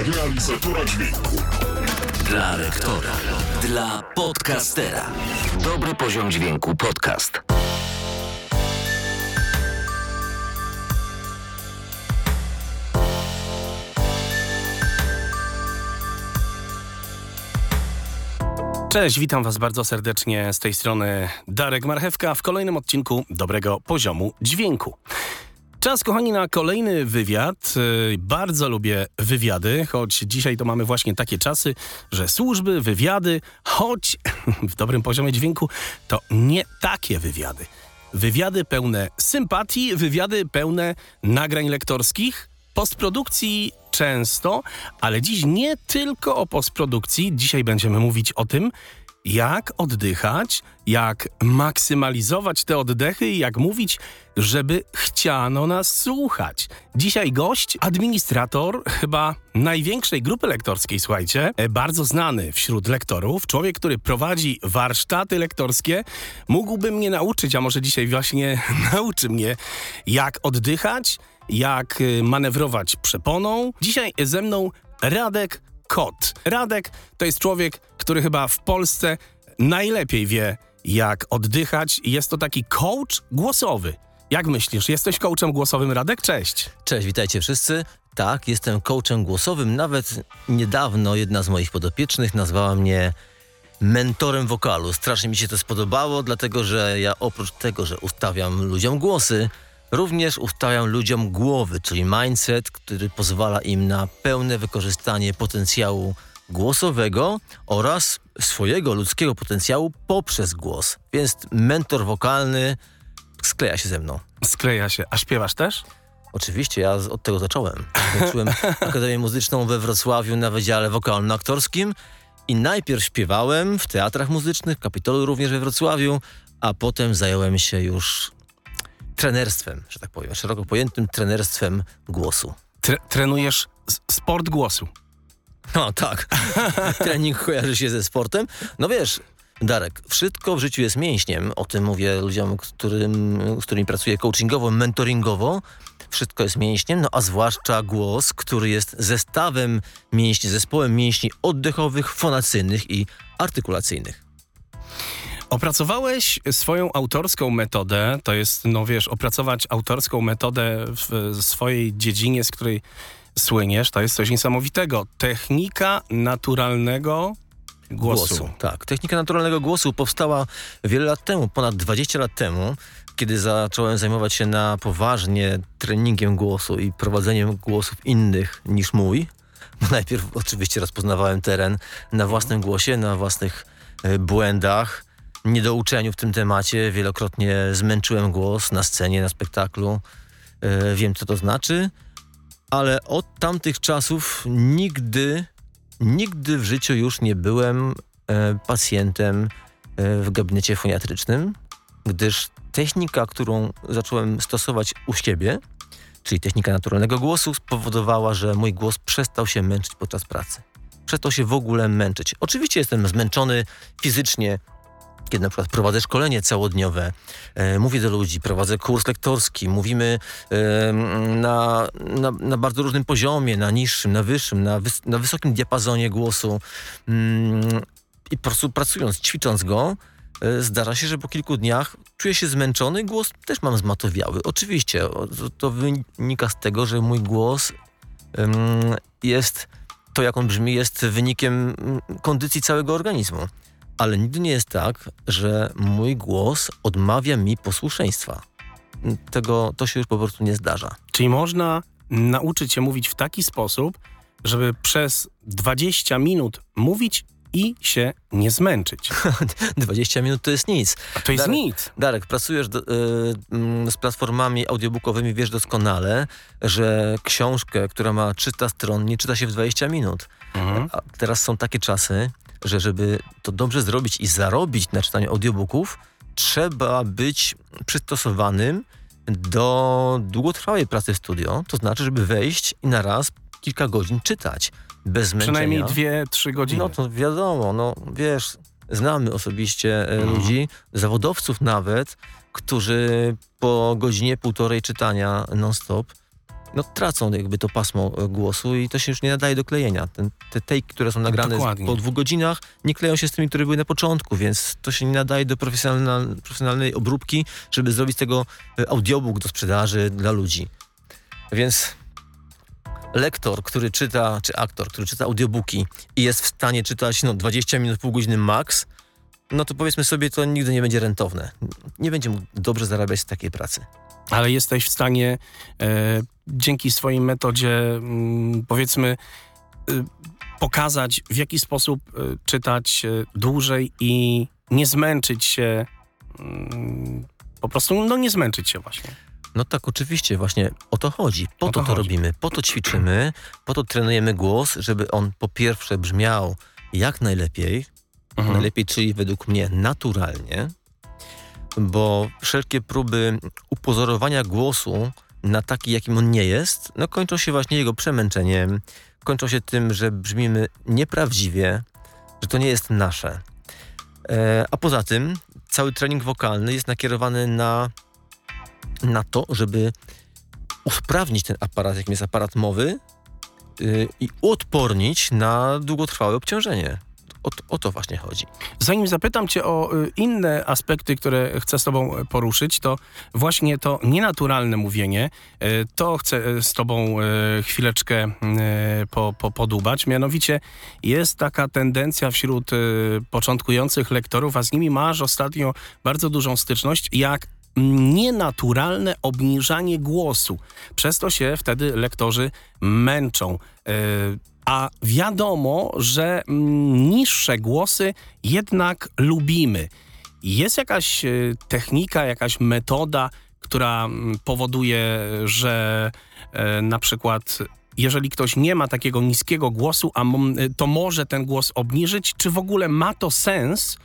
realizatora dźwięku. Dla lektora. Dla podcastera. Dobry poziom dźwięku podcast. Cześć, witam Was bardzo serdecznie z tej strony Darek Marchewka w kolejnym odcinku Dobrego Poziomu Dźwięku. Czas, kochani, na kolejny wywiad. Bardzo lubię wywiady, choć dzisiaj to mamy właśnie takie czasy, że służby, wywiady, choć w dobrym poziomie dźwięku to nie takie wywiady. Wywiady pełne sympatii, wywiady pełne nagrań lektorskich, postprodukcji często, ale dziś nie tylko o postprodukcji. Dzisiaj będziemy mówić o tym, jak oddychać, jak maksymalizować te oddechy i jak mówić, żeby chciano nas słuchać. Dzisiaj gość, administrator chyba największej grupy lektorskiej, słuchajcie, bardzo znany wśród lektorów, człowiek, który prowadzi warsztaty lektorskie, mógłby mnie nauczyć, a może dzisiaj właśnie nauczy mnie, jak oddychać, jak manewrować przeponą. Dzisiaj ze mną Radek Kot. Radek to jest człowiek, który chyba w Polsce najlepiej wie, jak oddychać. Jest to taki coach głosowy. Jak myślisz, jesteś coachem głosowym, Radek? Cześć. Cześć, witajcie wszyscy. Tak, jestem coachem głosowym. Nawet niedawno jedna z moich podopiecznych nazwała mnie mentorem wokalu. Strasznie mi się to spodobało, dlatego że ja oprócz tego, że ustawiam ludziom głosy, również ustawiam ludziom głowy, czyli mindset, który pozwala im na pełne wykorzystanie potencjału głosowego oraz swojego ludzkiego potencjału poprzez głos. Więc mentor wokalny skleja się ze mną. Skleja się. A śpiewasz też? Oczywiście, ja od tego zacząłem. Skończyłem Akademię Muzyczną we Wrocławiu na Wydziale Wokalno-Aktorskim i najpierw śpiewałem w teatrach muzycznych, Kapitolu również we Wrocławiu, a potem zająłem się już trenerstwem, że tak powiem, szeroko pojętym trenerstwem głosu. Trenujesz sport głosu. No tak, trening kojarzy się ze sportem. No wiesz, Darek, wszystko w życiu jest mięśniem, o tym mówię ludziom, z którymi pracuję coachingowo, mentoringowo. Wszystko jest mięśniem, no a zwłaszcza głos, który jest zestawem mięśni, zespołem mięśni oddechowych, fonacyjnych i artykulacyjnych. Opracowałeś swoją autorską metodę, to jest, no wiesz, opracować autorską metodę w swojej dziedzinie, z której słyniesz, to jest coś niesamowitego. Technika naturalnego głosu. Tak, technika naturalnego głosu powstała wiele lat temu, ponad 20 lat temu, kiedy zacząłem zajmować się na poważnie treningiem głosu i prowadzeniem głosów innych niż mój. Najpierw oczywiście rozpoznawałem teren na własnym głosie, na własnych błędach, niedouczeniu w tym temacie. Wielokrotnie zmęczyłem głos na scenie, na spektaklu. Wiem, co to znaczy, ale od tamtych czasów nigdy w życiu już nie byłem pacjentem w gabinecie foniatrycznym, gdyż technika, którą zacząłem stosować u siebie, czyli technika naturalnego głosu, spowodowała, że mój głos przestał się męczyć podczas pracy. Przestał się w ogóle męczyć. Oczywiście jestem zmęczony fizycznie, kiedy na przykład prowadzę szkolenie całodniowe, mówię do ludzi, prowadzę kurs lektorski, mówimy na bardzo różnym poziomie, na niższym, na wyższym, na wysokim diapazonie głosu i po prostu pracując, ćwicząc go, zdarza się, że po kilku dniach czuję się zmęczony, głos też mam zmatowiały. Oczywiście, to wynika z tego, że mój głos to jak on brzmi, jest wynikiem kondycji całego organizmu. Ale nigdy nie jest tak, że mój głos odmawia mi posłuszeństwa. To się już po prostu nie zdarza. Czyli można nauczyć się mówić w taki sposób, żeby przez 20 minut mówić i się nie zmęczyć. 20 minut to jest nic. To jest nic. Darek, pracujesz z platformami audiobookowymi, wiesz doskonale, że książkę, która ma 300 stron, nie czyta się w 20 minut. A teraz są takie czasy, że żeby to dobrze zrobić i zarobić na czytaniu audiobooków, trzeba być przystosowanym do długotrwałej pracy w studio. To znaczy, żeby wejść i na raz kilka godzin czytać. Bez zmęczenia. Przynajmniej 2-3 godziny. No to wiadomo, no wiesz, znamy osobiście ludzi, zawodowców nawet, którzy po godzinie, półtorej czytania non-stop tracą jakby to pasmo głosu i to się już nie nadaje do klejenia. Te take, które są nagrane po 2 godzinach, nie kleją się z tymi, które były na początku, więc to się nie nadaje do profesjonalnej obróbki, żeby zrobić z tego audiobook do sprzedaży dla ludzi. Więc lektor, który czyta, czy aktor, który czyta audiobooki i jest w stanie czytać 20 minut, pół godziny max, no to powiedzmy sobie, to nigdy nie będzie rentowne. Nie będzie mógł dobrze zarabiać z takiej pracy. Ale jesteś w stanie dzięki swojej metodzie, powiedzmy, pokazać, w jaki sposób czytać dłużej i nie zmęczyć się, po prostu nie zmęczyć się właśnie. No tak, oczywiście, właśnie o to chodzi. Po to robimy, po to ćwiczymy, po to trenujemy głos, żeby on po pierwsze brzmiał jak najlepiej, najlepiej, czyli według mnie naturalnie, bo wszelkie próby upozorowania głosu na taki, jakim on nie jest, kończą się właśnie jego przemęczeniem, kończą się tym, że brzmimy nieprawdziwie, że to nie jest nasze. A poza tym cały trening wokalny jest nakierowany na to, żeby usprawnić ten aparat, jakim jest aparat mowy i uodpornić na długotrwałe obciążenie. O to właśnie chodzi. Zanim zapytam cię o inne aspekty, które chcę z tobą poruszyć, to właśnie to nienaturalne mówienie, to chcę z tobą chwileczkę podłubać. Mianowicie jest taka tendencja wśród początkujących lektorów, a z nimi masz ostatnio bardzo dużą styczność, jak nienaturalne obniżanie głosu. Przez to się wtedy lektorzy męczą. A wiadomo, że niższe głosy jednak lubimy. Jest jakaś technika, jakaś metoda, która powoduje, że na przykład jeżeli ktoś nie ma takiego niskiego głosu, to może ten głos obniżyć? Czy w ogóle ma to sens?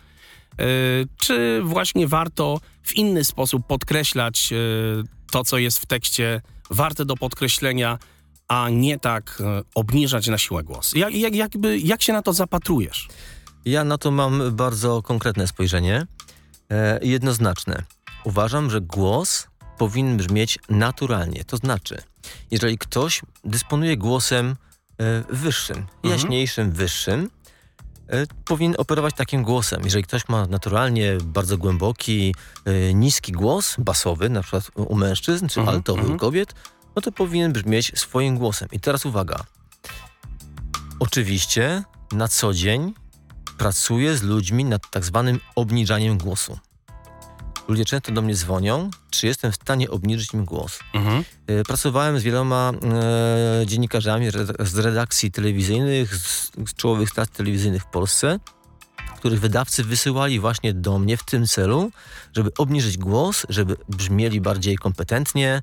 Czy właśnie warto w inny sposób podkreślać to, co jest w tekście warte do podkreślenia, a nie tak obniżać na siłę głos? Jak się na to zapatrujesz? Ja na to mam bardzo konkretne spojrzenie, jednoznaczne. Uważam, że głos powinien brzmieć naturalnie. To znaczy, jeżeli ktoś dysponuje głosem wyższym, jaśniejszym, wyższym, powinien operować takim głosem. Jeżeli ktoś ma naturalnie bardzo głęboki, niski głos, basowy, na przykład u mężczyzn, czy altowy u kobiet, no to powinien brzmieć swoim głosem. I teraz uwaga. Oczywiście na co dzień pracuję z ludźmi nad tak zwanym obniżaniem głosu. Ludzie często do mnie dzwonią, czy jestem w stanie obniżyć im głos. Pracowałem z wieloma dziennikarzami z redakcji telewizyjnych, z czołowych stacji telewizyjnych w Polsce, których wydawcy wysyłali właśnie do mnie w tym celu, żeby obniżyć głos, żeby brzmieli bardziej kompetentnie.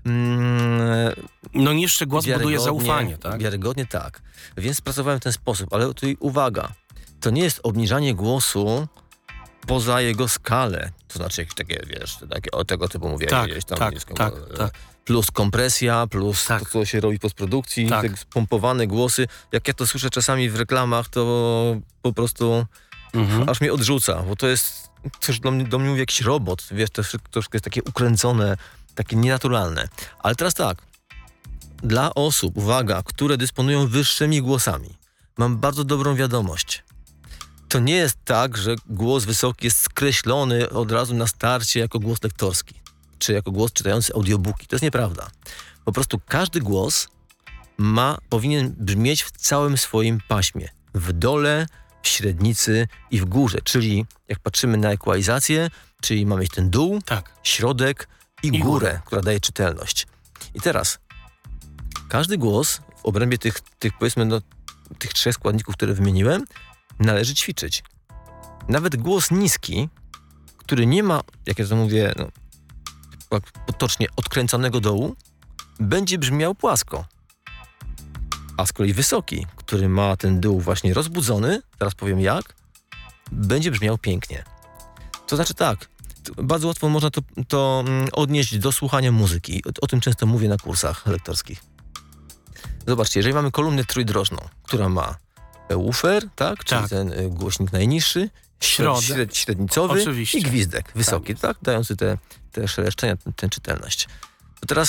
Niższy głos buduje zaufanie, tak? Wiarygodnie, tak. Więc pracowałem w ten sposób, ale tutaj uwaga, to nie jest obniżanie głosu poza jego skalę. To znaczy jakieś takie, tego typu mówię, gdzieś tam tak. Plus kompresja, plus to, co się robi w postprodukcji, te spompowane głosy. Jak ja to słyszę czasami w reklamach, to po prostu aż mnie odrzuca, bo to jest też do mnie mówi jakiś robot, wiesz, to wszystko jest takie ukręcone, takie nienaturalne. Ale teraz tak, dla osób, uwaga, które dysponują wyższymi głosami, mam bardzo dobrą wiadomość. To nie jest tak, że głos wysoki jest skreślony od razu na starcie jako głos lektorski, czy jako głos czytający audiobooki. To jest nieprawda. Po prostu każdy głos powinien brzmieć w całym swoim paśmie. W dole, w średnicy i w górze. Czyli jak patrzymy na ekwalizację, czyli mamy ten dół, środek i górę, która daje czytelność. I teraz każdy głos w obrębie tych powiedzmy tych 3 składników, które wymieniłem, należy ćwiczyć. Nawet głos niski, który nie ma, jak ja to mówię, potocznie odkręconego dołu, będzie brzmiał płasko. A z kolei wysoki, który ma ten dół właśnie rozbudzony, teraz powiem jak, będzie brzmiał pięknie. To znaczy tak, bardzo łatwo można to odnieść do słuchania muzyki. O tym często mówię na kursach lektorskich. Zobaczcie, jeżeli mamy kolumnę trójdrożną, która ma woofer, tak? Czyli ten głośnik najniższy, średnicowy i gwizdek wysoki, tak? Dający te szeleszczenia, tę czytelność. To teraz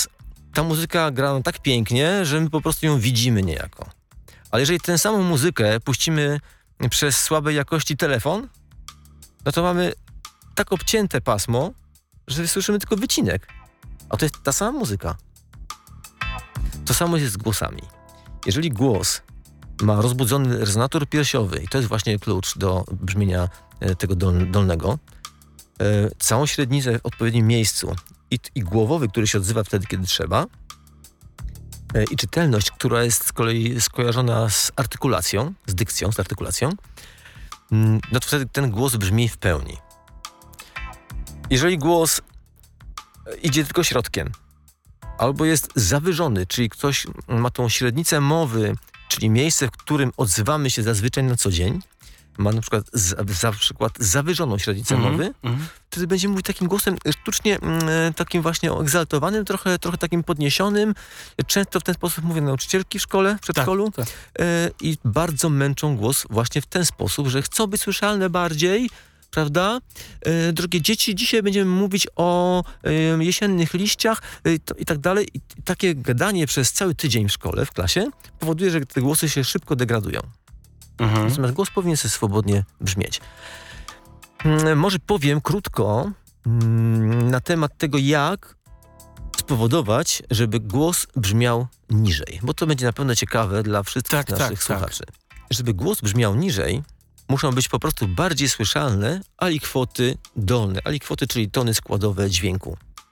ta muzyka gra tak pięknie, że my po prostu ją widzimy niejako. Ale jeżeli tę samą muzykę puścimy przez słabej jakości telefon, no to mamy tak obcięte pasmo, że słyszymy tylko wycinek. A to jest ta sama muzyka. To samo jest z głosami. Jeżeli głos ma rozbudzony rezonator piersiowy, i to jest właśnie klucz do brzmienia tego dolnego, całą średnicę w odpowiednim miejscu i głowowy, który się odzywa wtedy, kiedy trzeba, i czytelność, która jest z kolei skojarzona z artykulacją, z dykcją, z artykulacją, no to wtedy ten głos brzmi w pełni. Jeżeli głos idzie tylko środkiem, albo jest zawyżony, czyli ktoś ma tą średnicę mowy, czyli miejsce, w którym odzywamy się zazwyczaj na co dzień, ma na przykład zawyżoną średnicę mowy, wtedy będzie mówić takim głosem sztucznie takim właśnie egzaltowanym, trochę takim podniesionym. Często w ten sposób mówią nauczycielki w szkole, w przedszkolu i bardzo męczą głos właśnie w ten sposób, że chcą być słyszalne bardziej, prawda? Drogie dzieci, dzisiaj będziemy mówić o jesiennych liściach i tak dalej. I takie gadanie przez cały tydzień w szkole, w klasie powoduje, że te głosy się szybko degradują. Natomiast głos powinien sobie swobodnie brzmieć. Może powiem krótko na temat tego, jak spowodować, żeby głos brzmiał niżej. Bo to będzie na pewno ciekawe dla wszystkich naszych słuchaczy. Żeby głos brzmiał niżej, muszą być po prostu bardziej słyszalne alikwoty dolne. Alikwoty, czyli tony składowe dźwięku.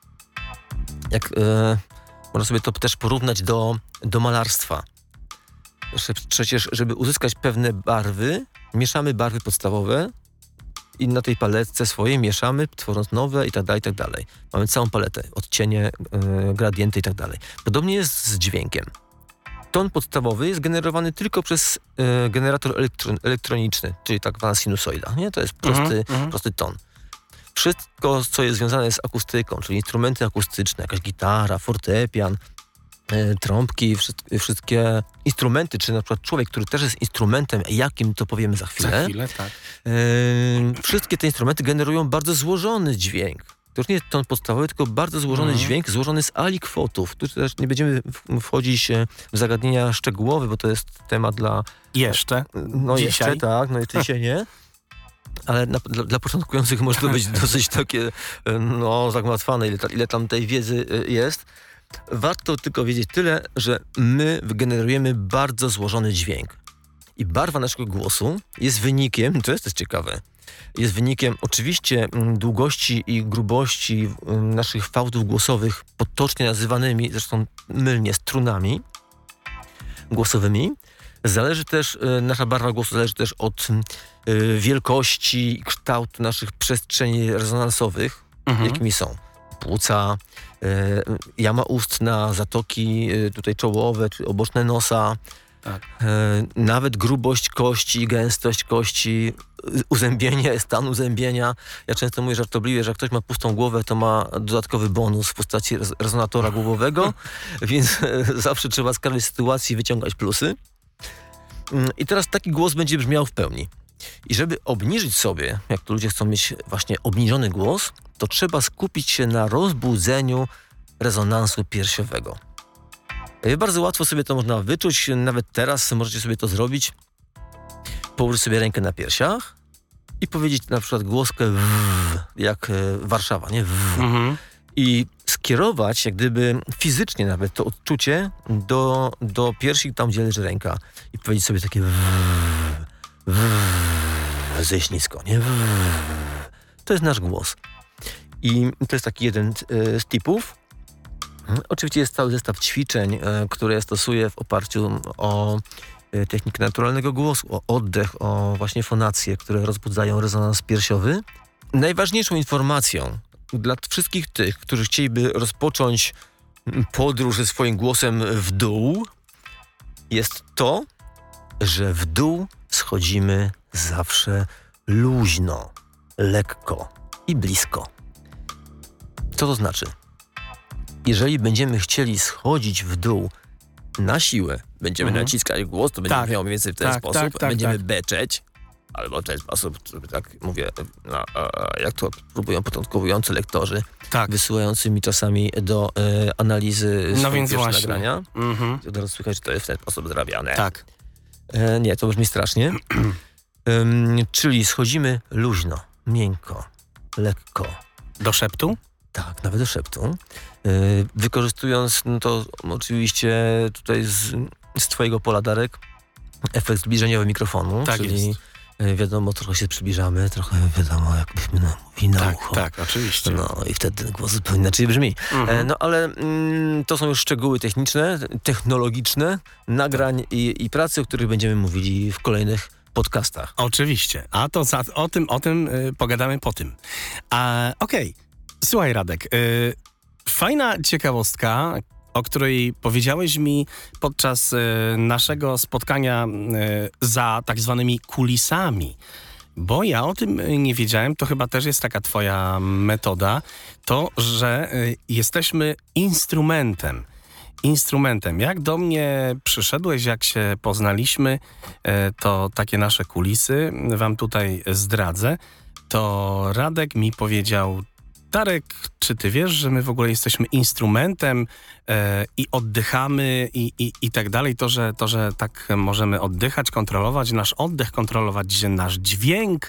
Można sobie to też porównać do malarstwa. Przecież, żeby uzyskać pewne barwy, mieszamy barwy podstawowe i na tej paletce swojej mieszamy, tworząc nowe i tak dalej. Mamy całą paletę, odcienie, gradienty i tak dalej. Podobnie jest z dźwiękiem. Ton podstawowy jest generowany tylko przez generator elektroniczny, czyli tak zwana sinusoida. Nie? To jest prosty ton. Wszystko, co jest związane z akustyką, czyli instrumenty akustyczne, jakaś gitara, fortepian, trąbki, wszystkie instrumenty, czy na przykład człowiek, który też jest instrumentem, jakim to powiemy za chwilę. Tak. Wszystkie te instrumenty generują bardzo złożony dźwięk. To już nie jest ton podstawowy, tylko bardzo złożony dźwięk, złożony z alikwotów. Tu też nie będziemy wchodzić w zagadnienia szczegółowe, bo to jest temat dla... Jeszcze dzisiaj nie. Ale dla początkujących może to być dosyć takie zagmatwane, ile tam tej wiedzy jest. Warto tylko wiedzieć tyle, że my wygenerujemy bardzo złożony dźwięk. I barwa naszego głosu jest wynikiem, to jest też ciekawe, jest wynikiem oczywiście długości i grubości naszych fałdów głosowych, potocznie nazywanymi, zresztą mylnie, strunami głosowymi. Nasza barwa głosu zależy też od wielkości i kształtu naszych przestrzeni rezonansowych, jakimi są płuca, jama ustna, zatoki tutaj czołowe czy oboczne nosa, nawet grubość kości, gęstość kości, uzębienie, stan uzębienia. Ja często mówię żartobliwie, że jak ktoś ma pustą głowę, to ma dodatkowy bonus w postaci rezonatora głowowego, więc zawsze trzeba z każdej sytuacji wyciągać plusy. I teraz taki głos będzie brzmiał w pełni. I żeby obniżyć sobie, jak to ludzie chcą mieć właśnie obniżony głos, to trzeba skupić się na rozbudzeniu rezonansu piersiowego. Bardzo łatwo sobie to można wyczuć, nawet teraz możecie sobie to zrobić. Położyć sobie rękę na piersiach i powiedzieć na przykład głoskę jak Warszawa, nie? I skierować jak gdyby fizycznie nawet to odczucie do piersi, tam gdzie leży ręka i powiedzieć sobie takie zejść nisko, nie? To jest nasz głos. I to jest taki jeden z tipów. Oczywiście jest cały zestaw ćwiczeń, które ja stosuję w oparciu o technikę naturalnego głosu, o oddech, o właśnie fonacje, które rozbudzają rezonans piersiowy. Najważniejszą informacją dla wszystkich tych, którzy chcieliby rozpocząć podróż ze swoim głosem w dół, jest to, że w dół schodzimy zawsze luźno, lekko i blisko. Co to znaczy? Jeżeli będziemy chcieli schodzić w dół na siłę, będziemy naciskać głos, to będziemy miał mniej więcej w ten sposób, będziemy beczeć, albo w ten sposób, żeby tak mówię, jak to próbują początkujący lektorzy, wysyłający mi czasami do analizy swoje pierwsze nagrania. Od razu słychać, że to jest w ten sposób zarabiane. Tak. Nie, to brzmi strasznie. Czyli schodzimy luźno, miękko, lekko. Do szeptu? Tak, nawet do szeptu. Wykorzystując to oczywiście tutaj z twojego pola, Darek, efekt zbliżeniowy mikrofonu, tak czyli jest. Wiadomo, trochę się przybliżamy, trochę wiadomo, jakbyśmy mówili na ucho. Tak, oczywiście. No i wtedy ten głos zupełnie inaczej brzmi. No ale to są już szczegóły techniczne, technologiczne, nagrań i pracy, o których będziemy mówili w kolejnych podcastach. Oczywiście. A to o tym pogadamy po tym. Okej. Słuchaj, Radek, fajna ciekawostka, o której powiedziałeś mi podczas naszego spotkania za tak zwanymi kulisami, bo ja o tym nie wiedziałem, to chyba też jest taka twoja metoda, to, że jesteśmy instrumentem. Jak do mnie przyszedłeś, jak się poznaliśmy, to takie nasze kulisy wam tutaj zdradzę, to Radek mi powiedział: Darek, czy ty wiesz, że my w ogóle jesteśmy instrumentem i oddychamy i tak dalej? To, że tak możemy oddychać, kontrolować nasz oddech, kontrolować nasz dźwięk,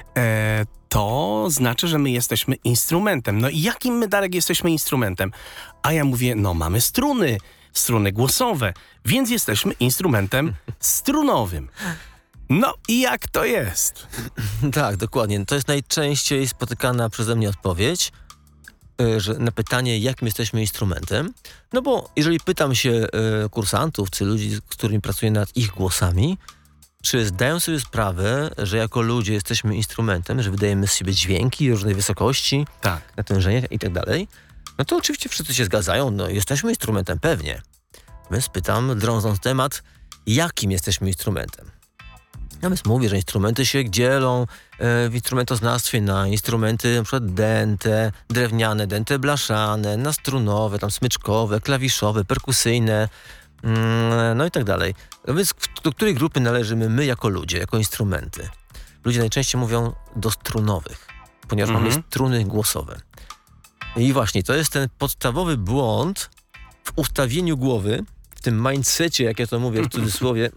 to znaczy, że my jesteśmy instrumentem. No i jakim my, Darek, jesteśmy instrumentem? A ja mówię, no mamy struny głosowe, więc jesteśmy instrumentem strunowym. No i jak to jest? Tak, dokładnie. To jest najczęściej spotykana przeze mnie odpowiedź, że na pytanie, jakim jesteśmy instrumentem. No bo jeżeli pytam się kursantów, czy ludzi, z którymi pracuję nad ich głosami, czy zdają sobie sprawę, że jako ludzie jesteśmy instrumentem, że wydajemy z siebie dźwięki różnej wysokości, natężenia i tak dalej, no to oczywiście wszyscy się zgadzają, no jesteśmy instrumentem, pewnie. Więc pytam, drążąc temat, jakim jesteśmy instrumentem? Ja więc mówię, że instrumenty się dzielą w instrumentoznawstwie na instrumenty na przykład dęte, drewniane, dęte blaszane, na strunowe, tam smyczkowe, klawiszowe, perkusyjne, no i tak dalej. A więc do której grupy należymy my jako ludzie, jako instrumenty? Ludzie najczęściej mówią do strunowych, ponieważ mamy struny głosowe. I właśnie, to jest ten podstawowy błąd w ustawieniu głowy, w tym mindsetie, jak ja to mówię w cudzysłowie,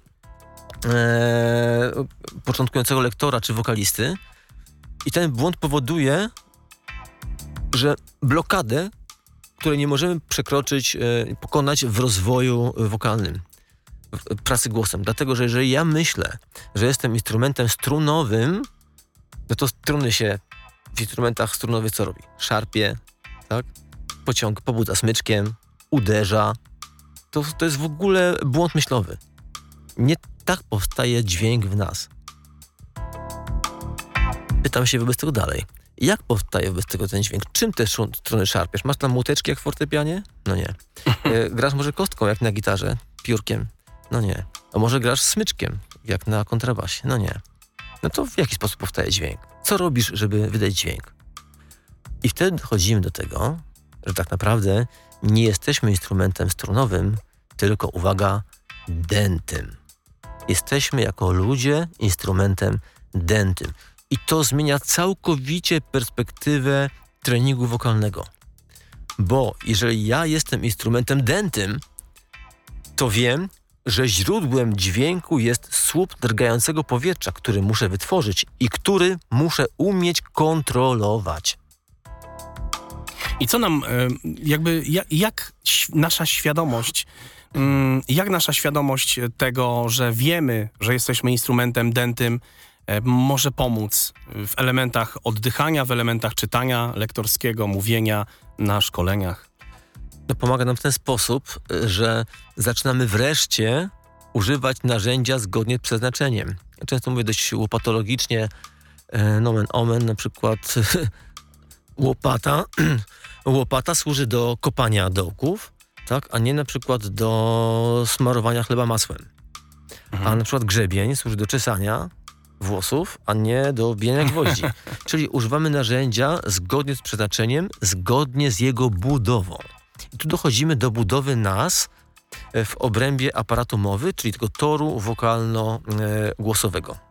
początkującego lektora czy wokalisty. I ten błąd powoduje, że blokadę, której nie możemy przekroczyć, pokonać w rozwoju wokalnym, w pracy głosem. Dlatego, że jeżeli ja myślę, że jestem instrumentem strunowym, no to struny się w instrumentach strunowych co robi? Szarpie, tak? Pobudza smyczkiem, uderza. To jest w ogóle błąd myślowy. Nie tak powstaje dźwięk w nas. Pytam się wobec tego dalej. Jak powstaje wobec tego ten dźwięk? Czym te struny szarpiesz? Masz tam młoteczki jak w fortepianie? No nie. Grasz może kostką jak na gitarze? Piórkiem? No nie. A może grasz smyczkiem jak na kontrabasie? No nie. No to w jaki sposób powstaje dźwięk? Co robisz, żeby wydać dźwięk? I wtedy dochodzimy do tego, że tak naprawdę nie jesteśmy instrumentem strunowym, tylko, uwaga, dętym. Jesteśmy jako ludzie instrumentem dętym. I to zmienia całkowicie perspektywę treningu wokalnego. Bo jeżeli ja jestem instrumentem dętym, to wiem, że źródłem dźwięku jest słup drgającego powietrza, który muszę wytworzyć i który muszę umieć kontrolować. I co nam, jak nasza świadomość tego, że wiemy, że jesteśmy instrumentem dętym, może pomóc w elementach oddychania, w elementach czytania lektorskiego, mówienia na szkoleniach? No, pomaga nam w ten sposób, że zaczynamy wreszcie używać narzędzia zgodnie z przeznaczeniem. Ja często mówię dość łopatologicznie, nomen omen, na przykład łopata służy do kopania dołków, tak, a nie na przykład do smarowania chleba masłem. A na przykład grzebień służy do czesania włosów, a nie do wbijania gwoździ. Czyli używamy narzędzia zgodnie z przeznaczeniem, zgodnie z jego budową. I tu dochodzimy do budowy nas w obrębie aparatu mowy, czyli tego toru wokalno-głosowego.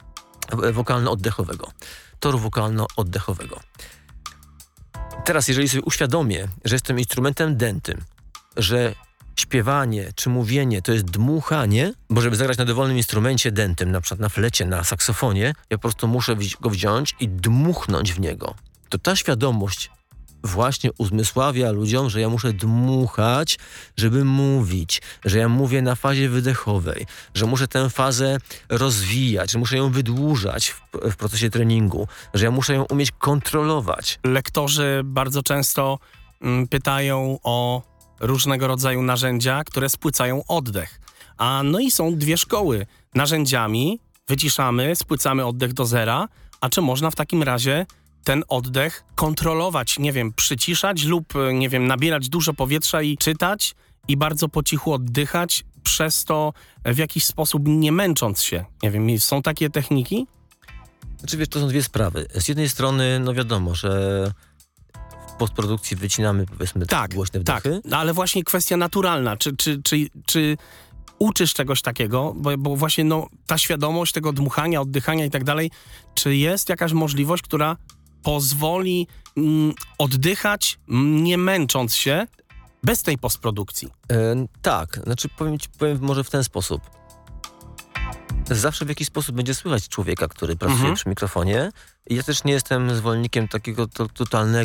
wokalno-oddechowego. Toru wokalno-oddechowego. Teraz, jeżeli sobie uświadomię, że jestem instrumentem dętym, że śpiewanie czy mówienie to jest dmuchanie, bo żeby zagrać na dowolnym instrumencie dętym, na przykład na flecie, na saksofonie, ja po prostu muszę go wziąć i dmuchnąć w niego. To ta świadomość właśnie uzmysławia ludziom, że ja muszę dmuchać, żeby mówić, że ja mówię na fazie wydechowej, że muszę tę fazę rozwijać, że muszę ją wydłużać w procesie treningu, że ja muszę ją umieć kontrolować. Lektorzy bardzo często pytają o różnego rodzaju narzędzia, które spłycają oddech. No i są dwie szkoły. Narzędziami wyciszamy, spłycamy oddech do zera, a czy można w takim razie ten oddech kontrolować, nie wiem, przyciszać lub, nie wiem, nabierać dużo powietrza i czytać i bardzo po cichu oddychać, przez to w jakiś sposób nie męcząc się. Nie wiem, są takie techniki? Znaczy, wiesz, to są dwie sprawy. Z jednej strony, no wiadomo, że w postprodukcji wycinamy, powiedzmy, głośne wdechy. Tak, ale właśnie kwestia naturalna. Czy uczysz czegoś takiego? Bo właśnie ta świadomość tego dmuchania, oddychania i tak dalej, czy jest jakaś możliwość, która pozwoli oddychać, nie męcząc się, bez tej postprodukcji? Tak, znaczy powiem może w ten sposób. Zawsze w jakiś sposób będzie słychać człowieka, który pracuje przy mikrofonie. I ja też nie jestem zwolennikiem takiego totalnej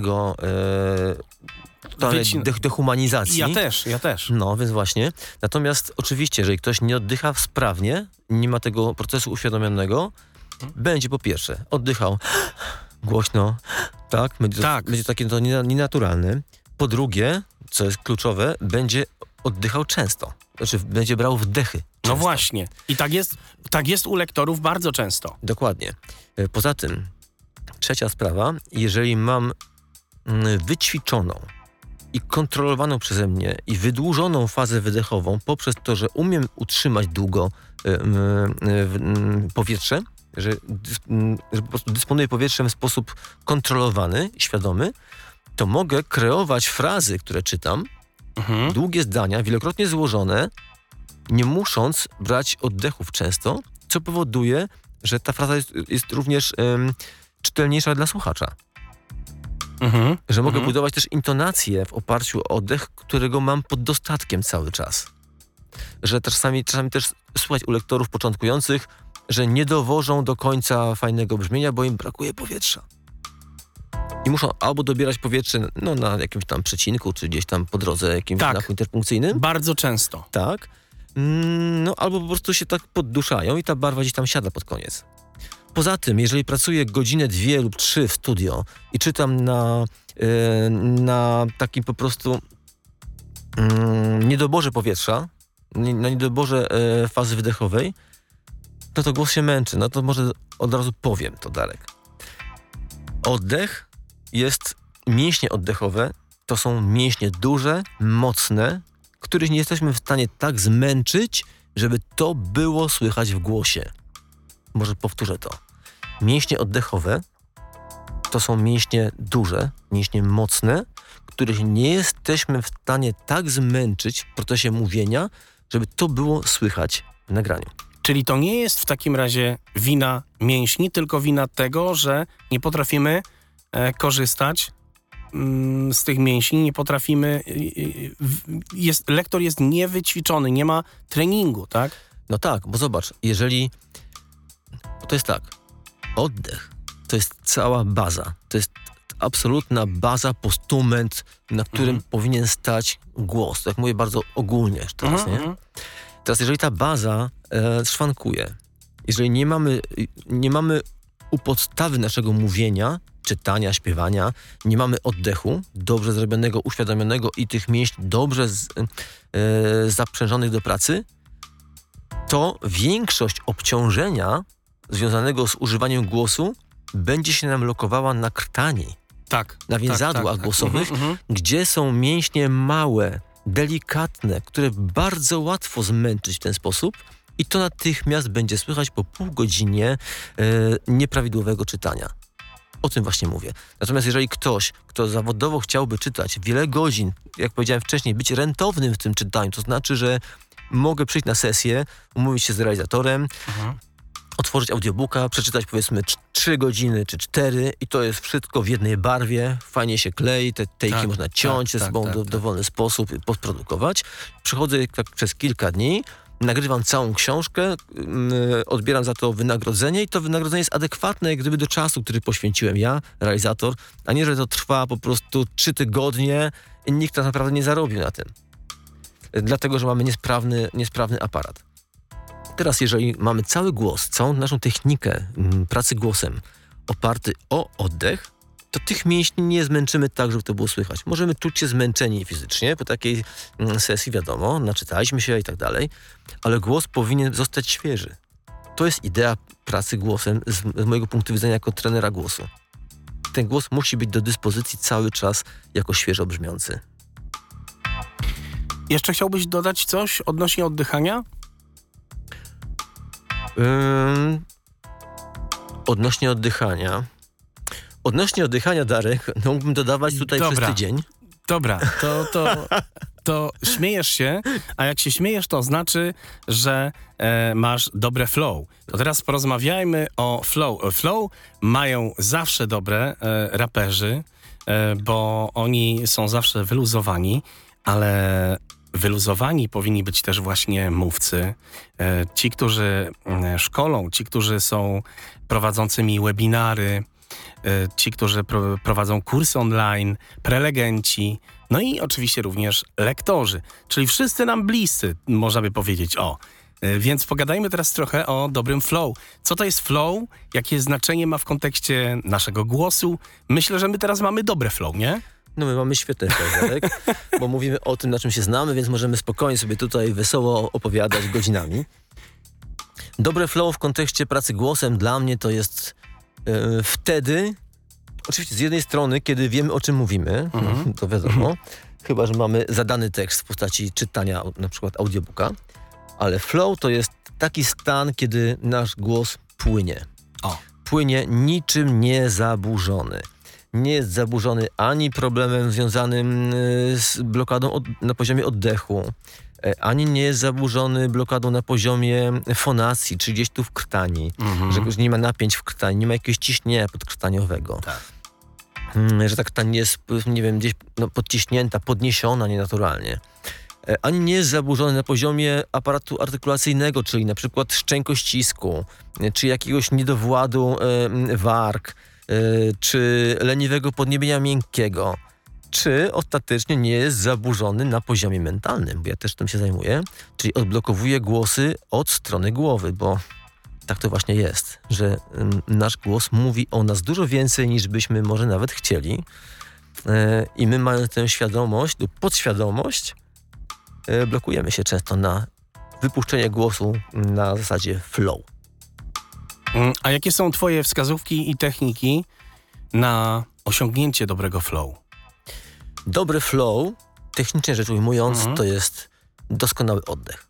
dehumanizacji. Ja też. No, więc właśnie. Natomiast oczywiście, jeżeli ktoś nie oddycha sprawnie, nie ma tego procesu uświadomionego, będzie po pierwsze oddychał głośno, tak? Będzie takie to nienaturalne. Po drugie, co jest kluczowe, będzie oddychał często. Znaczy będzie brał wdechy. Często. No właśnie. I tak jest u lektorów bardzo często. Dokładnie. Poza tym, trzecia sprawa, jeżeli mam wyćwiczoną i kontrolowaną przeze mnie i wydłużoną fazę wydechową poprzez to, że umiem utrzymać długo powietrze, że po prostu dysponuję powietrzem w sposób kontrolowany, świadomy, to mogę kreować frazy, które czytam, długie zdania, wielokrotnie złożone, nie musząc brać oddechów często, co powoduje, że ta fraza jest również czytelniejsza dla słuchacza. Że mogę budować też intonację w oparciu o oddech, którego mam pod dostatkiem cały czas. Że czasami też słuchać u lektorów początkujących, że nie dowożą do końca fajnego brzmienia, bo im brakuje powietrza. I muszą albo dobierać powietrze na jakimś tam przecinku, czy gdzieś tam po drodze jakimś znaku interpunkcyjnym. Bardzo często. Tak. Albo po prostu się tak podduszają i ta barwa gdzieś tam siada pod koniec. Poza tym, jeżeli pracuję godzinę, 2 lub 3 w studio i czytam na takim po prostu niedoborze powietrza, na niedoborze fazy wydechowej, to głos się męczy. No to może od razu powiem to, Darek. Oddech mięśnie oddechowe to są mięśnie duże, mocne, których nie jesteśmy w stanie tak zmęczyć, żeby to było słychać w głosie. Może powtórzę to. Mięśnie oddechowe to są mięśnie duże, mięśnie mocne, których nie jesteśmy w stanie tak zmęczyć w procesie mówienia, żeby to było słychać w nagraniu. Czyli to nie jest w takim razie wina mięśni, tylko wina tego, że nie potrafimy korzystać z tych mięśni, nie potrafimy... lektor jest niewyćwiczony, nie ma treningu, tak? No tak, bo zobacz, to jest tak, oddech to jest cała baza, to jest absolutna baza, postument, na którym powinien stać głos. Tak mówię bardzo ogólnie jeszcze teraz, nie? Teraz jeżeli ta baza szwankuje, jeżeli nie mamy u podstawy naszego mówienia, czytania, śpiewania, nie mamy oddechu dobrze zrobionego, uświadomionego i tych mięśni dobrze zaprzężonych do pracy, to większość obciążenia związanego z używaniem głosu będzie się nam lokowała na krtani, na więzadłach głosowych, gdzie są mięśnie małe, delikatne, które bardzo łatwo zmęczyć w ten sposób i to natychmiast będzie słychać po pół godzinie nieprawidłowego czytania. O tym właśnie mówię. Natomiast jeżeli ktoś, kto zawodowo chciałby czytać wiele godzin, jak powiedziałem wcześniej, być rentownym w tym czytaniu, to znaczy, że mogę przyjść na sesję, umówić się z realizatorem, otworzyć audiobooka, przeczytać powiedzmy 3 godziny czy 4 i to jest wszystko w jednej barwie, fajnie się klei, te tejki można ciąć ze sobą w dowolny sposób, podprodukować. Przychodzę tak przez kilka dni, nagrywam całą książkę, odbieram za to wynagrodzenie i to wynagrodzenie jest adekwatne jak gdyby do czasu, który poświęciłem ja, realizator, a nie, że to trwa po prostu 3 tygodnie i nikt tak naprawdę nie zarobił na tym. Dlatego, że mamy niesprawny aparat. Teraz, jeżeli mamy cały głos, całą naszą technikę pracy głosem oparty o oddech, to tych mięśni nie zmęczymy tak, żeby to było słychać. Możemy czuć się zmęczeni fizycznie po takiej sesji, wiadomo, naczytaliśmy się i tak dalej, ale głos powinien zostać świeży. To jest idea pracy głosem z mojego punktu widzenia jako trenera głosu. Ten głos musi być do dyspozycji cały czas jako świeżo brzmiący. Jeszcze chciałbyś dodać coś odnośnie oddychania? Odnośnie oddychania, Darek, no mógłbym dodawać tutaj przez tydzień. Dobra, to śmiejesz się, a jak się śmiejesz, to znaczy, że masz dobre flow. To teraz porozmawiajmy o flow. Flow mają zawsze dobre raperzy, bo oni są zawsze wyluzowani, ale wyluzowani powinni być też właśnie mówcy. Ci, którzy szkolą, ci, którzy są prowadzącymi webinary, ci, którzy prowadzą kursy online, prelegenci, no i oczywiście również lektorzy. Czyli wszyscy nam bliscy, można by powiedzieć. Więc pogadajmy teraz trochę o dobrym flow. Co to jest flow? Jakie znaczenie ma w kontekście naszego głosu? Myślę, że my teraz mamy dobre flow, nie? No my mamy świetny flow, Darek, bo mówimy o tym, na czym się znamy, więc możemy spokojnie sobie tutaj wesoło opowiadać godzinami. Dobre flow w kontekście pracy głosem dla mnie to jest wtedy, oczywiście z jednej strony, kiedy wiemy, o czym mówimy, to wiadomo, chyba że mamy zadany tekst w postaci czytania na przykład audiobooka, ale flow to jest taki stan, kiedy nasz głos płynie. Płynie niczym niezaburzony. Nie jest zaburzony ani problemem związanym z blokadą na poziomie oddechu, ani nie jest zaburzony blokadą na poziomie fonacji, czy gdzieś tu w krtani, że nie ma napięć w krtani, nie ma jakiegoś ciśnienia podkrtaniowego. Tak. Że ta krtań jest, nie wiem, gdzieś podciśnięta, podniesiona nienaturalnie. Ani nie jest zaburzony na poziomie aparatu artykulacyjnego, czyli na przykład szczękościsku, czy jakiegoś niedowładu warg, czy leniwego podniebienia miękkiego, czy ostatecznie nie jest zaburzony na poziomie mentalnym, bo ja też tym się zajmuję, czyli odblokowuje głosy od strony głowy, bo tak to właśnie jest, że nasz głos mówi o nas dużo więcej, niż byśmy może nawet chcieli i my, mając tę świadomość lub podświadomość, blokujemy się często na wypuszczenie głosu na zasadzie flow. A jakie są twoje wskazówki i techniki na osiągnięcie dobrego flow? Dobry flow, technicznie rzecz ujmując, to jest doskonały oddech.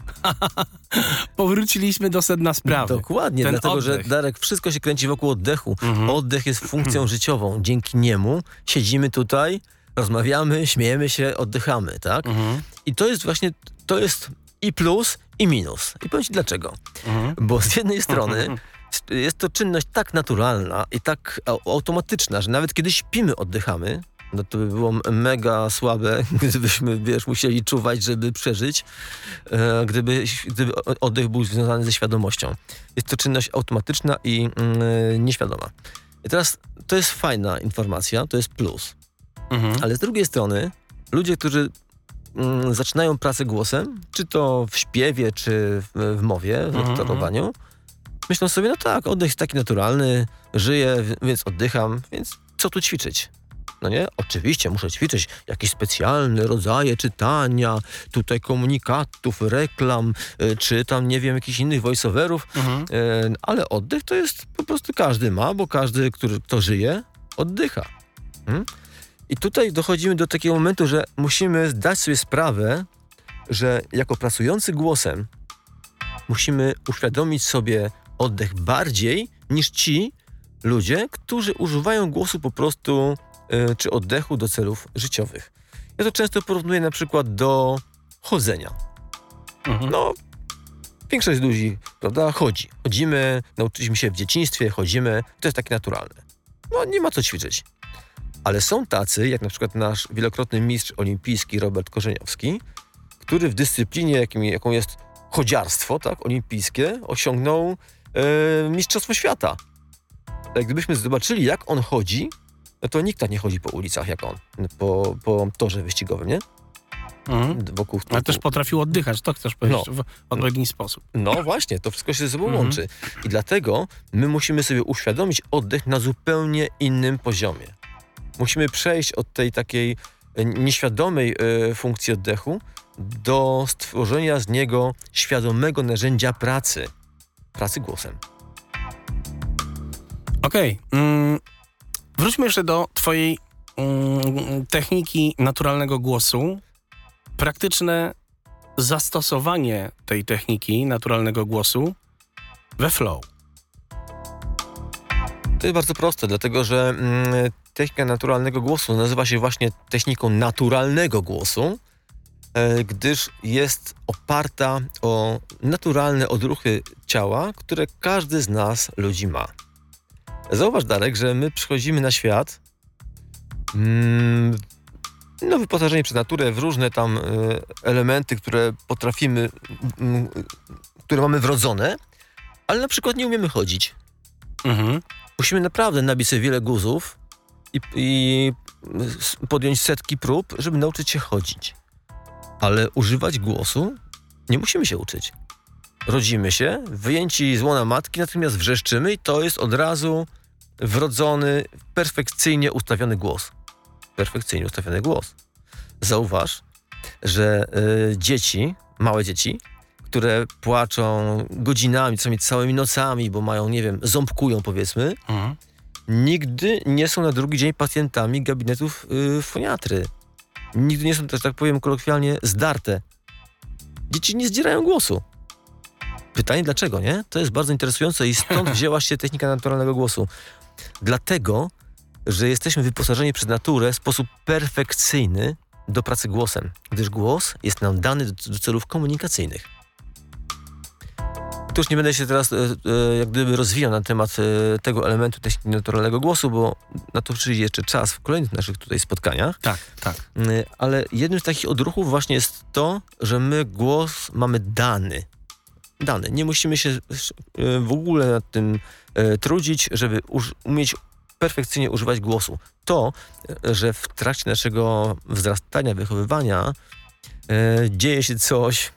Powróciliśmy do sedna sprawy. Dokładnie, Ten dlatego, oddech. że Darek, wszystko się kręci wokół oddechu. Oddech jest funkcją życiową. Dzięki niemu siedzimy tutaj, rozmawiamy, śmiejemy się, oddychamy, tak? I to jest właśnie, to jest i plus, i minus. I powiem ci dlaczego. Bo z jednej strony jest to czynność tak naturalna i tak automatyczna, że nawet kiedy śpimy, oddychamy. No to by było mega słabe, gdybyśmy, musieli czuwać, żeby przeżyć, gdyby oddech był związany ze świadomością. Jest to czynność automatyczna i nieświadoma. I teraz to jest fajna informacja, to jest plus. Ale z drugiej strony ludzie, którzy zaczynają pracę głosem, czy to w śpiewie, czy w mowie, w lektorowaniu, myślą sobie, no tak, oddech jest taki naturalny, żyję, więc oddycham, więc co tu ćwiczyć? No nie? Oczywiście muszę ćwiczyć jakieś specjalne rodzaje czytania, tutaj komunikatów, reklam, czy tam, nie wiem, jakichś innych voice-overów, ale oddech to jest po prostu każdy ma, bo każdy, kto żyje, oddycha. I tutaj dochodzimy do takiego momentu, że musimy zdać sobie sprawę, że jako pracujący głosem musimy uświadomić sobie oddech bardziej niż ci ludzie, którzy używają głosu po prostu czy oddechu do celów życiowych. Ja to często porównuję na przykład do chodzenia. No, Większość ludzi, prawda, chodzi. Chodzimy, nauczyliśmy się w dzieciństwie, chodzimy, to jest takie naturalne. No nie ma co ćwiczyć. Ale są tacy, jak na przykład nasz wielokrotny mistrz olimpijski Robert Korzeniowski, który w dyscyplinie, jaką jest chodziarstwo, tak, olimpijskie, osiągnął mistrzostwo świata. Jak gdybyśmy zobaczyli, jak on chodzi, no to nikt tak nie chodzi po ulicach jak on, po torze wyścigowym, nie? Wokół. Ale też potrafił oddychać, to chcesz powiedzieć, w odpowiedni sposób. No właśnie, to wszystko się ze sobą łączy. I dlatego my musimy sobie uświadomić oddech na zupełnie innym poziomie. Musimy przejść od tej takiej nieświadomej funkcji oddechu do stworzenia z niego świadomego narzędzia pracy głosem. Okej. Wróćmy jeszcze do twojej techniki naturalnego głosu. Praktyczne zastosowanie tej techniki naturalnego głosu we flow. To jest bardzo proste, dlatego że technika naturalnego głosu nazywa się właśnie techniką naturalnego głosu, gdyż jest oparta o naturalne odruchy ciała, które każdy z nas, ludzi, ma. Zauważ, Darek, że my przychodzimy na świat wyposażeni przez naturę w różne tam elementy, które potrafimy, które mamy wrodzone, ale na przykład nie umiemy chodzić. Musimy naprawdę nabić sobie wiele guzów i podjąć setki prób, żeby nauczyć się chodzić. Ale używać głosu nie musimy się uczyć. Rodzimy się, wyjęci z łona matki, natomiast wrzeszczymy i to jest od razu wrodzony, perfekcyjnie ustawiony głos. Perfekcyjnie ustawiony głos. Zauważ, że małe dzieci, które płaczą godzinami, czasami całymi nocami, bo mają, nie wiem, ząbkują powiedzmy, nigdy nie są na drugi dzień pacjentami gabinetów foniatry. Nigdy nie są, też tak powiem kolokwialnie, zdarte. Dzieci nie zdzierają głosu. Pytanie dlaczego, nie? To jest bardzo interesujące i stąd wzięła się technika naturalnego głosu. Dlatego, że jesteśmy wyposażeni przez naturę w sposób perfekcyjny do pracy głosem, gdyż głos jest nam dany do celów komunikacyjnych. Tu już nie będę się teraz jak gdyby rozwijał na temat tego elementu techniki naturalnego głosu, bo na to przyjdzie jeszcze czas w kolejnych naszych tutaj spotkaniach. Tak. Ale jednym z takich odruchów właśnie jest to, że my głos mamy dany. Nie musimy się w ogóle nad tym trudzić, żeby umieć perfekcyjnie używać głosu. To, że w trakcie naszego wzrastania, wychowywania dzieje się coś,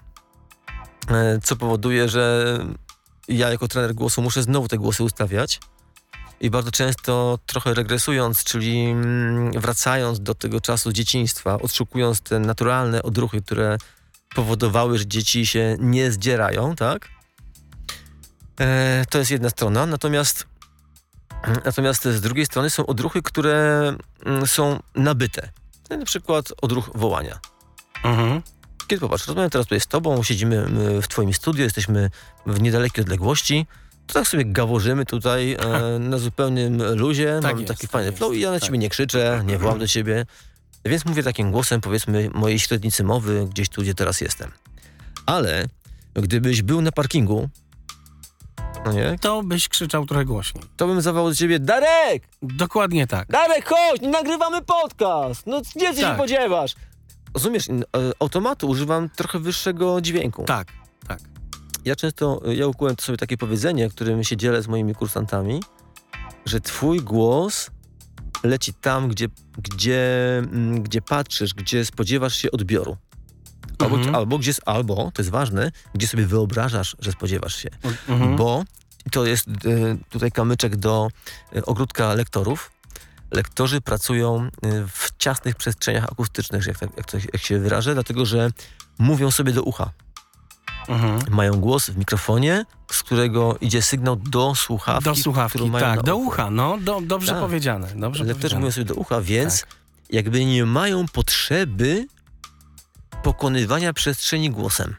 co powoduje, że ja jako trener głosu muszę znowu te głosy ustawiać i bardzo często trochę regresując, czyli wracając do tego czasu dzieciństwa, odszukując te naturalne odruchy, które powodowały, że dzieci się nie zdzierają, tak? To jest jedna strona, natomiast z drugiej strony są odruchy, które są nabyte. Na przykład odruch wołania. Kiedy popatrz, rozmawiam teraz tutaj z tobą, siedzimy w twoim studiu, jesteśmy w niedalekiej odległości, to tak sobie gaworzymy tutaj na zupełnym luzie, mamy taki fajny flow i ja na ciebie nie krzyczę, nie wołam do ciebie, więc mówię takim głosem, powiedzmy, mojej średnicy mowy, gdzieś tu, gdzie teraz jestem. Ale gdybyś był na parkingu, no nie? To byś krzyczał trochę głośniej. To bym zawołał do ciebie, Darek! Dokładnie tak. Darek, chodź, nagrywamy podcast! No gdzie ty się podziewasz? Rozumiesz, automatu używam trochę wyższego dźwięku. Tak. Ja ukułem sobie takie powiedzenie, którym się dzielę z moimi kursantami, że twój głos leci tam, gdzie patrzysz, gdzie spodziewasz się odbioru. Albo, to jest ważne, gdzie sobie wyobrażasz, że spodziewasz się. Bo to jest tutaj kamyczek do ogródka lektorów. Lektorzy pracują w ciasnych przestrzeniach akustycznych, jak się wyrażę, dlatego że mówią sobie do ucha. Mają głos w mikrofonie, z którego idzie sygnał do słuchawki. Do słuchawki, którą mają do ucha. Dobrze powiedziane. Lektorzy mówią sobie do ucha, więc jakby nie mają potrzeby pokonywania przestrzeni głosem.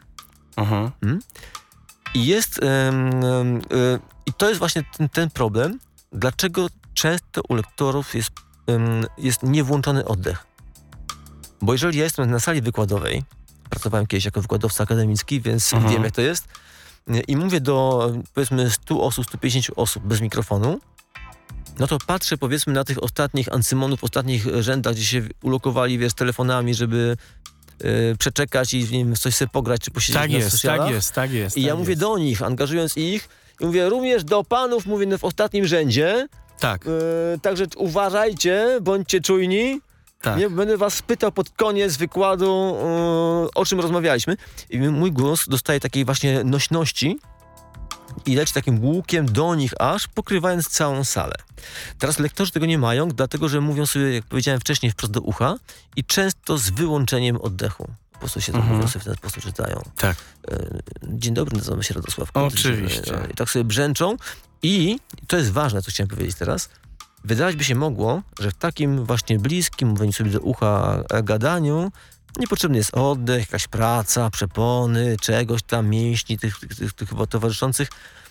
I to jest właśnie ten problem, dlaczego często u lektorów jest niewłączony oddech. Bo jeżeli ja jestem na sali wykładowej, pracowałem kiedyś jako wykładowca akademicki, więc wiem jak to jest, i mówię do, powiedzmy, 100 osób, 150 osób bez mikrofonu, no to patrzę, powiedzmy, na tych ostatnich ancymonów, ostatnich rzędach, gdzie się ulokowali, wiesz, telefonami, żeby przeczekać i, nie wiem, coś sobie pograć, czy posiedzieć na socialach. Tak jest. I ja mówię do nich, angażując ich, i mówię również do panów, mówię w ostatnim rzędzie. Tak. Także uważajcie, bądźcie czujni. Tak. Nie, będę was pytał pod koniec wykładu, o czym rozmawialiśmy. I mój głos dostaje takiej właśnie nośności i leci takim łukiem do nich aż, pokrywając całą salę. Teraz lektorzy tego nie mają, dlatego że mówią sobie, jak powiedziałem wcześniej, wprost do ucha i często z wyłączeniem oddechu. Po prostu się to mówią, sobie w ten sposób czytają. Tak. Dzień dobry, nazywam się Radosław Kot. Oczywiście. I tak sobie brzęczą. I to jest ważne, co chciałem powiedzieć teraz. Wydawać by się mogło, że w takim właśnie bliskim, mówieniu sobie do ucha gadaniu niepotrzebny jest oddech, jakaś praca, przepony, czegoś tam, mięśni tych chyba towarzyszących,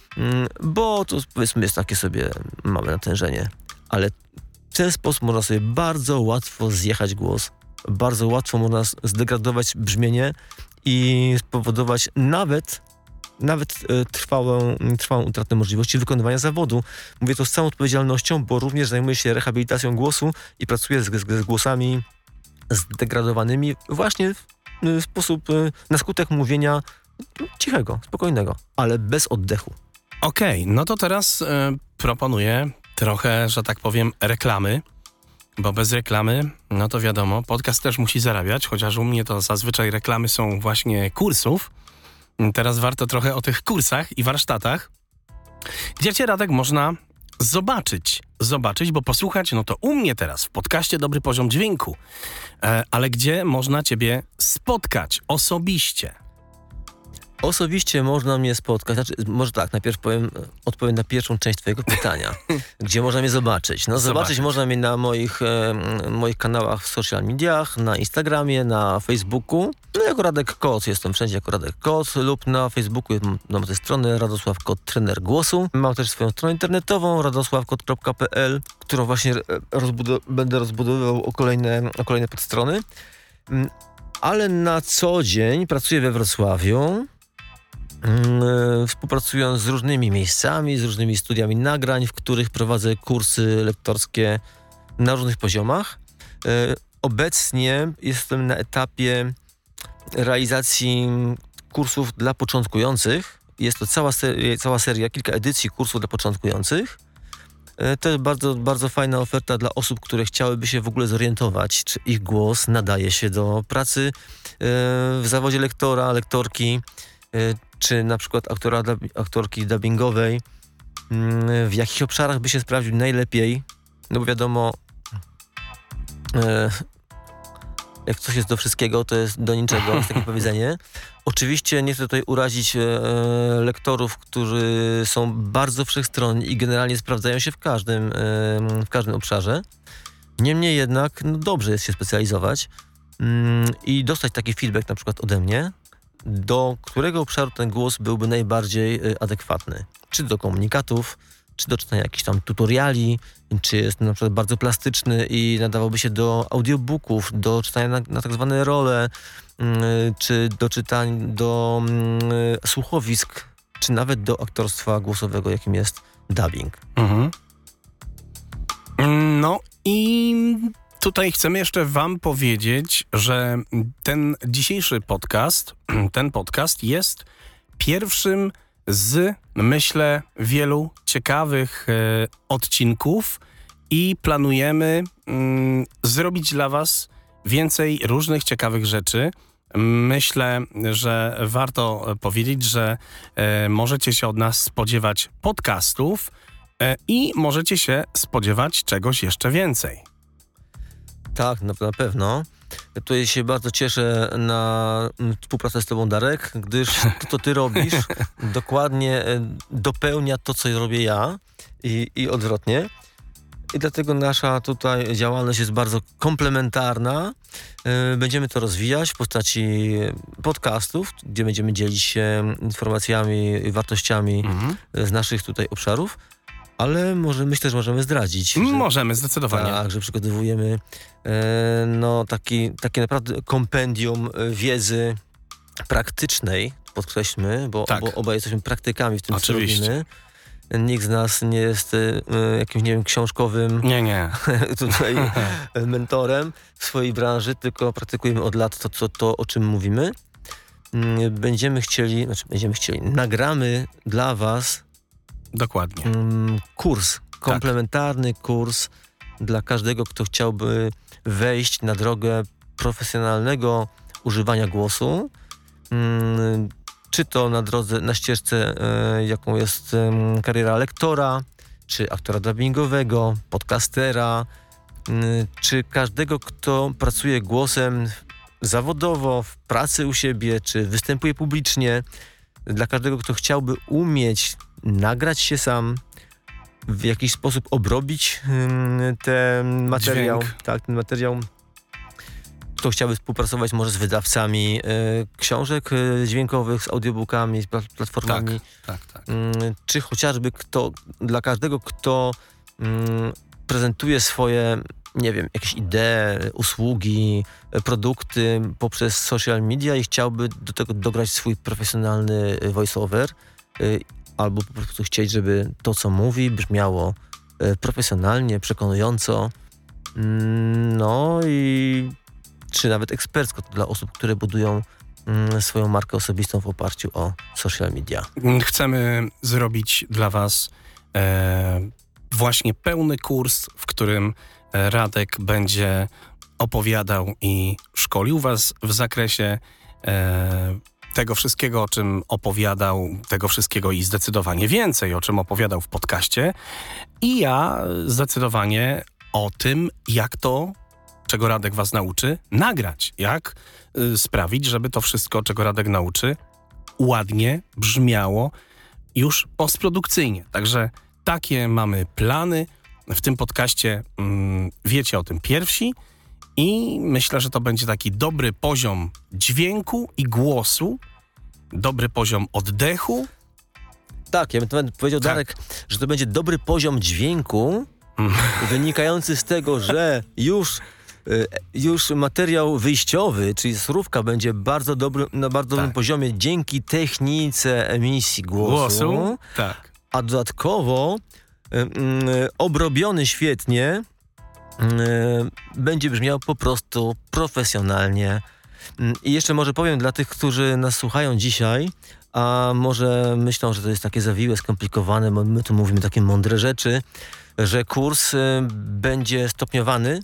bo to, powiedzmy, jest takie sobie małe natężenie. Ale w ten sposób można sobie bardzo łatwo zjechać głos, bardzo łatwo można zdegradować brzmienie i spowodować nawet trwałą utratę możliwości wykonywania zawodu. Mówię to z całą odpowiedzialnością, bo również zajmuję się rehabilitacją głosu i pracuję z głosami zdegradowanymi właśnie w sposób, na skutek mówienia cichego, spokojnego, ale bez oddechu. Okej, no to teraz proponuję trochę, że tak powiem, reklamy, bo bez reklamy, no to wiadomo, podcast też musi zarabiać, chociaż u mnie to zazwyczaj reklamy są właśnie kursów. Teraz warto trochę o tych kursach i warsztatach, gdzie cię, Radek, można zobaczyć, bo posłuchać, no to u mnie teraz w podcaście Dobry Poziom Dźwięku, ale gdzie można ciebie spotkać osobiście? Osobiście można mnie spotkać, może tak, najpierw odpowiem na pierwszą część twojego pytania. Gdzie można mnie zobaczyć? No zobaczyć można mnie na moich kanałach w social mediach, na Instagramie, na Facebooku. No jako Radek Kot, jestem wszędzie jako Radek Kot lub na Facebooku mam tę stronę Radosław Kot, trener głosu. Mam też swoją stronę internetową radosławkot.pl, którą właśnie będę rozbudowywał o kolejne podstrony. Ale na co dzień pracuję we Wrocławiu, współpracując z różnymi miejscami, z różnymi studiami nagrań, w których prowadzę kursy lektorskie na różnych poziomach. Obecnie jestem na etapie realizacji kursów dla początkujących. Jest to cała seria, kilka edycji kursów dla początkujących. To jest bardzo, bardzo fajna oferta dla osób, które chciałyby się w ogóle zorientować, czy ich głos nadaje się do pracy w zawodzie lektora, lektorki, czy na przykład aktorki dubbingowej, w jakich obszarach by się sprawdził najlepiej, no bo wiadomo, jak coś jest do wszystkiego, to jest do niczego, jest takie powiedzenie. Oczywiście nie chcę tutaj urazić lektorów, którzy są bardzo wszechstronni i generalnie sprawdzają się w każdym obszarze. Niemniej jednak dobrze jest się specjalizować i dostać taki feedback na przykład ode mnie, do którego obszaru ten głos byłby najbardziej adekwatny. Czy do komunikatów, czy do czytania jakichś tam tutoriali, czy jest na przykład bardzo plastyczny i nadawałby się do audiobooków, do czytania na tak zwane role, czy do czytań do słuchowisk, czy nawet do aktorstwa głosowego, jakim jest dubbing. Mhm. No i tutaj chcemy jeszcze wam powiedzieć, że ten dzisiejszy podcast jest pierwszym z, myślę, wielu ciekawych odcinków i planujemy zrobić dla was więcej różnych ciekawych rzeczy. Myślę, że warto powiedzieć, że możecie się od nas spodziewać podcastów i możecie się spodziewać czegoś jeszcze więcej. Tak, na pewno. Ja tutaj się bardzo cieszę na współpracę z tobą, Darek, gdyż to, co ty robisz, dokładnie dopełnia to, co robię ja i odwrotnie. I dlatego nasza tutaj działalność jest bardzo komplementarna. Będziemy to rozwijać w postaci podcastów, gdzie będziemy dzielić się informacjami i wartościami z naszych tutaj obszarów. Ale myślę, że możemy zdradzić. Możemy, zdecydowanie. Tak, że przygotowujemy takie naprawdę kompendium wiedzy praktycznej, podkreślmy, bo Tak. obaj jesteśmy praktykami w tym, Oczywiście. co robimy. Nikt z nas nie jest jakimś, nie wiem, książkowym Nie. tutaj mentorem w swojej branży, tylko praktykujemy od lat to o czym mówimy. Będziemy chcieli, nagramy dla was Dokładnie. kurs, komplementarny kurs dla każdego, kto chciałby wejść na drogę profesjonalnego używania głosu, czy to na ścieżce, jaką jest kariera lektora, czy aktora dubbingowego, podcastera, czy każdego, kto pracuje głosem zawodowo, w pracy u siebie, czy występuje publicznie. Dla każdego, kto chciałby umieć nagrać się sam, w jakiś sposób obrobić ten materiał. Dźwięk. Tak, ten materiał. Kto chciałby współpracować może z wydawcami książek dźwiękowych, z audiobookami, z platformami. Tak. Czy chociażby dla każdego, kto prezentuje swoje, nie wiem, jakieś idee, usługi, produkty poprzez social media i chciałby do tego dograć swój profesjonalny voice-over, albo po prostu chcieć, żeby to, co mówi, brzmiało profesjonalnie, przekonująco, no i czy nawet ekspercko dla osób, które budują swoją markę osobistą w oparciu o social media. Chcemy zrobić dla was właśnie pełny kurs, w którym Radek będzie opowiadał i szkolił was w zakresie tego wszystkiego, o czym opowiadał, tego wszystkiego i zdecydowanie więcej, o czym opowiadał w podcaście. I ja zdecydowanie o tym, jak to, czego Radek was nauczy, nagrać. Jak sprawić, żeby to wszystko, czego Radek nauczy, ładnie brzmiało już postprodukcyjnie. Także takie mamy plany. W tym podcaście wiecie o tym pierwsi i myślę, że to będzie taki dobry poziom dźwięku i głosu, dobry poziom oddechu. Tak, ja bym powiedział, Tak. Darek, że to będzie dobry poziom dźwięku, wynikający z tego, że już materiał wyjściowy, czyli surówka, będzie na bardzo dobrym poziomie dzięki technice emisji głosu. Tak. A dodatkowo obrobiony świetnie będzie brzmiał po prostu profesjonalnie. I jeszcze może powiem dla tych, którzy nas słuchają dzisiaj, a może myślą, że to jest takie zawiłe, skomplikowane, bo my tu mówimy takie mądre rzeczy, że kurs będzie stopniowany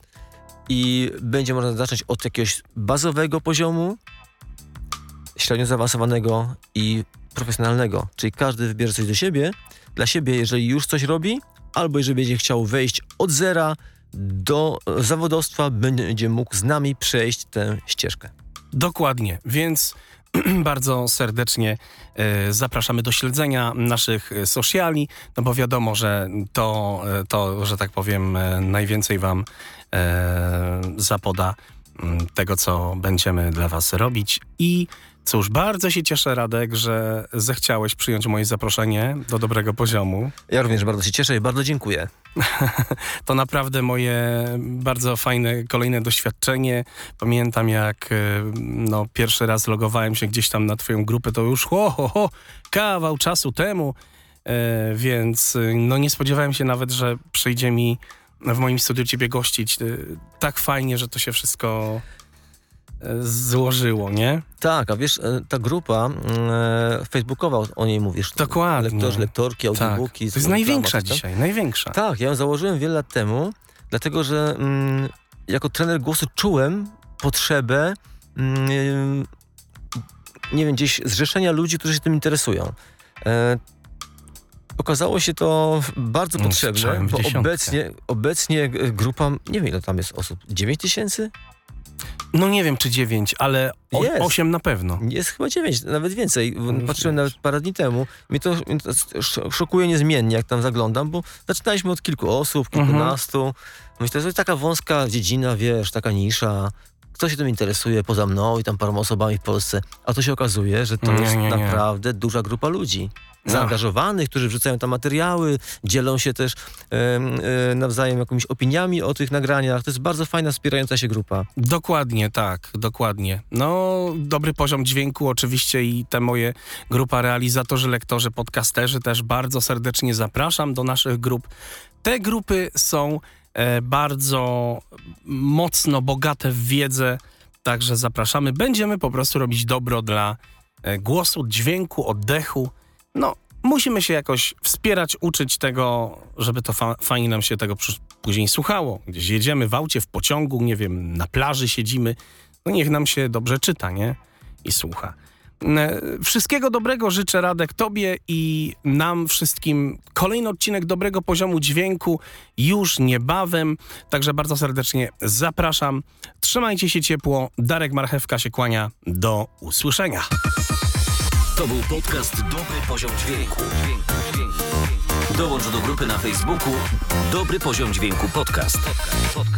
i będzie można zacząć od jakiegoś bazowego poziomu, średnio zaawansowanego i profesjonalnego. Czyli każdy wybierze coś dla siebie, jeżeli już coś robi, albo jeżeli będzie chciał wejść od zera do zawodowstwa, będzie mógł z nami przejść tę ścieżkę. Dokładnie, więc bardzo serdecznie zapraszamy do śledzenia naszych sociali, no bo wiadomo, że to, że tak powiem, najwięcej wam zapoda tego, co będziemy dla was robić. I cóż, bardzo się cieszę, Radek, że zechciałeś przyjąć moje zaproszenie do dobrego poziomu. Ja również bardzo się cieszę i bardzo dziękuję. To naprawdę moje bardzo fajne kolejne doświadczenie. Pamiętam, jak pierwszy raz logowałem się gdzieś tam na twoją grupę, to już kawał czasu temu, więc nie spodziewałem się nawet, że przyjdzie mi w moim studiu ciebie gościć. Tak fajnie, że to się wszystko złożyło, nie? Tak, a wiesz, ta grupa facebookowa, o niej mówisz. Dokładnie. Lektorzy, lektorki, audiobooki. Tak. To jest największa dzisiaj, największa. Tak, ja ją założyłem wiele lat temu, dlatego że jako trener głosu czułem potrzebę nie wiem, gdzieś zrzeszenia ludzi, którzy się tym interesują. Okazało się to bardzo potrzebne, bo obecnie grupa, nie wiem ile tam jest osób, 9 000? No nie wiem czy 9, ale 8 na pewno. Jest chyba 9, nawet więcej. Patrzyłem nawet parę dni temu. Mnie to szokuje niezmiennie, jak tam zaglądam, bo zaczynaliśmy od kilku osób, kilkunastu. Myślę, że to jest taka wąska dziedzina, wiesz, taka nisza. Kto się tym interesuje poza mną i tam paroma osobami w Polsce? A to się okazuje, że to jest naprawdę duża grupa ludzi. zaangażowanych, którzy wrzucają tam materiały, dzielą się też nawzajem jakimiś opiniami o tych nagraniach. To jest bardzo fajna, wspierająca się grupa. Dokładnie, tak, dokładnie. No, dobry poziom dźwięku oczywiście i te moje grupa realizatorzy, lektorzy, podcasterzy też bardzo serdecznie zapraszam do naszych grup. Te grupy są bardzo mocno bogate w wiedzę, także zapraszamy. Będziemy po prostu robić dobro dla głosu, dźwięku, oddechu. No, musimy się jakoś wspierać, uczyć tego, żeby to fajnie nam się tego później słuchało. Gdzieś jedziemy w aucie, w pociągu, nie wiem, na plaży siedzimy. No niech nam się dobrze czyta, nie? I słucha. Wszystkiego dobrego życzę, Radek, tobie i nam wszystkim. Kolejny odcinek dobrego poziomu dźwięku już niebawem, także bardzo serdecznie zapraszam. Trzymajcie się ciepło. Darek Marchewka się kłania. Do usłyszenia. To był podcast Dobry Poziom Dźwięku. Dołącz do grupy na Facebooku Dobry Poziom Dźwięku Podcast.